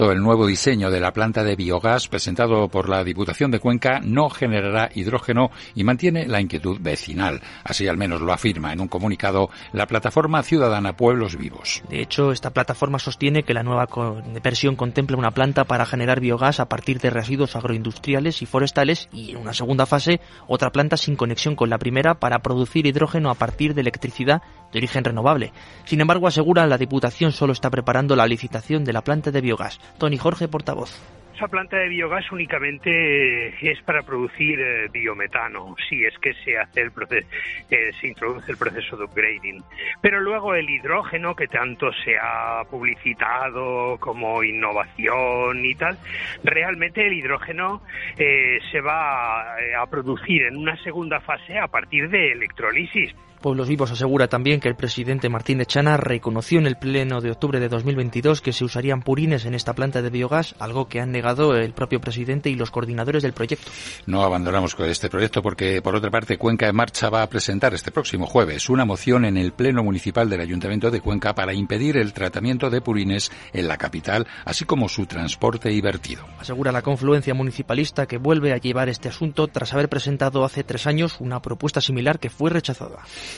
El nuevo diseño de la planta de biogás presentado por la Diputación de Cuenca no generará hidrógeno y mantiene la inquietud vecinal. Así al menos lo afirma en un comunicado la plataforma ciudadana Pueblos Vivos. De hecho, esta plataforma sostiene que la nueva versión contempla una planta para generar biogás a partir de residuos agroindustriales y forestales y en una segunda fase otra planta sin conexión con la primera para producir hidrógeno a partir de electricidad de origen renovable. Sin embargo, asegura la Diputación solo está preparando la licitación de la planta de biogás. Tony Jorge, portavoz. Esa planta de biogás únicamente es para producir biometano, si es que se hace se introduce el proceso de upgrading. Pero luego el hidrógeno, que tanto se ha publicitado como innovación y tal, realmente el hidrógeno se va a producir en una segunda fase a partir de electrolisis. Pueblos Vivos asegura también que el presidente Martín Echana reconoció en el pleno de octubre de 2022 que se usarían purines en esta planta de biogás, algo que han negado el propio presidente y los coordinadores del proyecto. No abandonamos este proyecto porque, por otra parte, Cuenca en Marcha va a presentar este próximo jueves una moción en el Pleno Municipal del Ayuntamiento de Cuenca para impedir el tratamiento de purines en la capital, así como su transporte y vertido. Asegura la confluencia municipalista que vuelve a llevar este asunto tras haber presentado hace 3 años una propuesta similar que fue rechazada.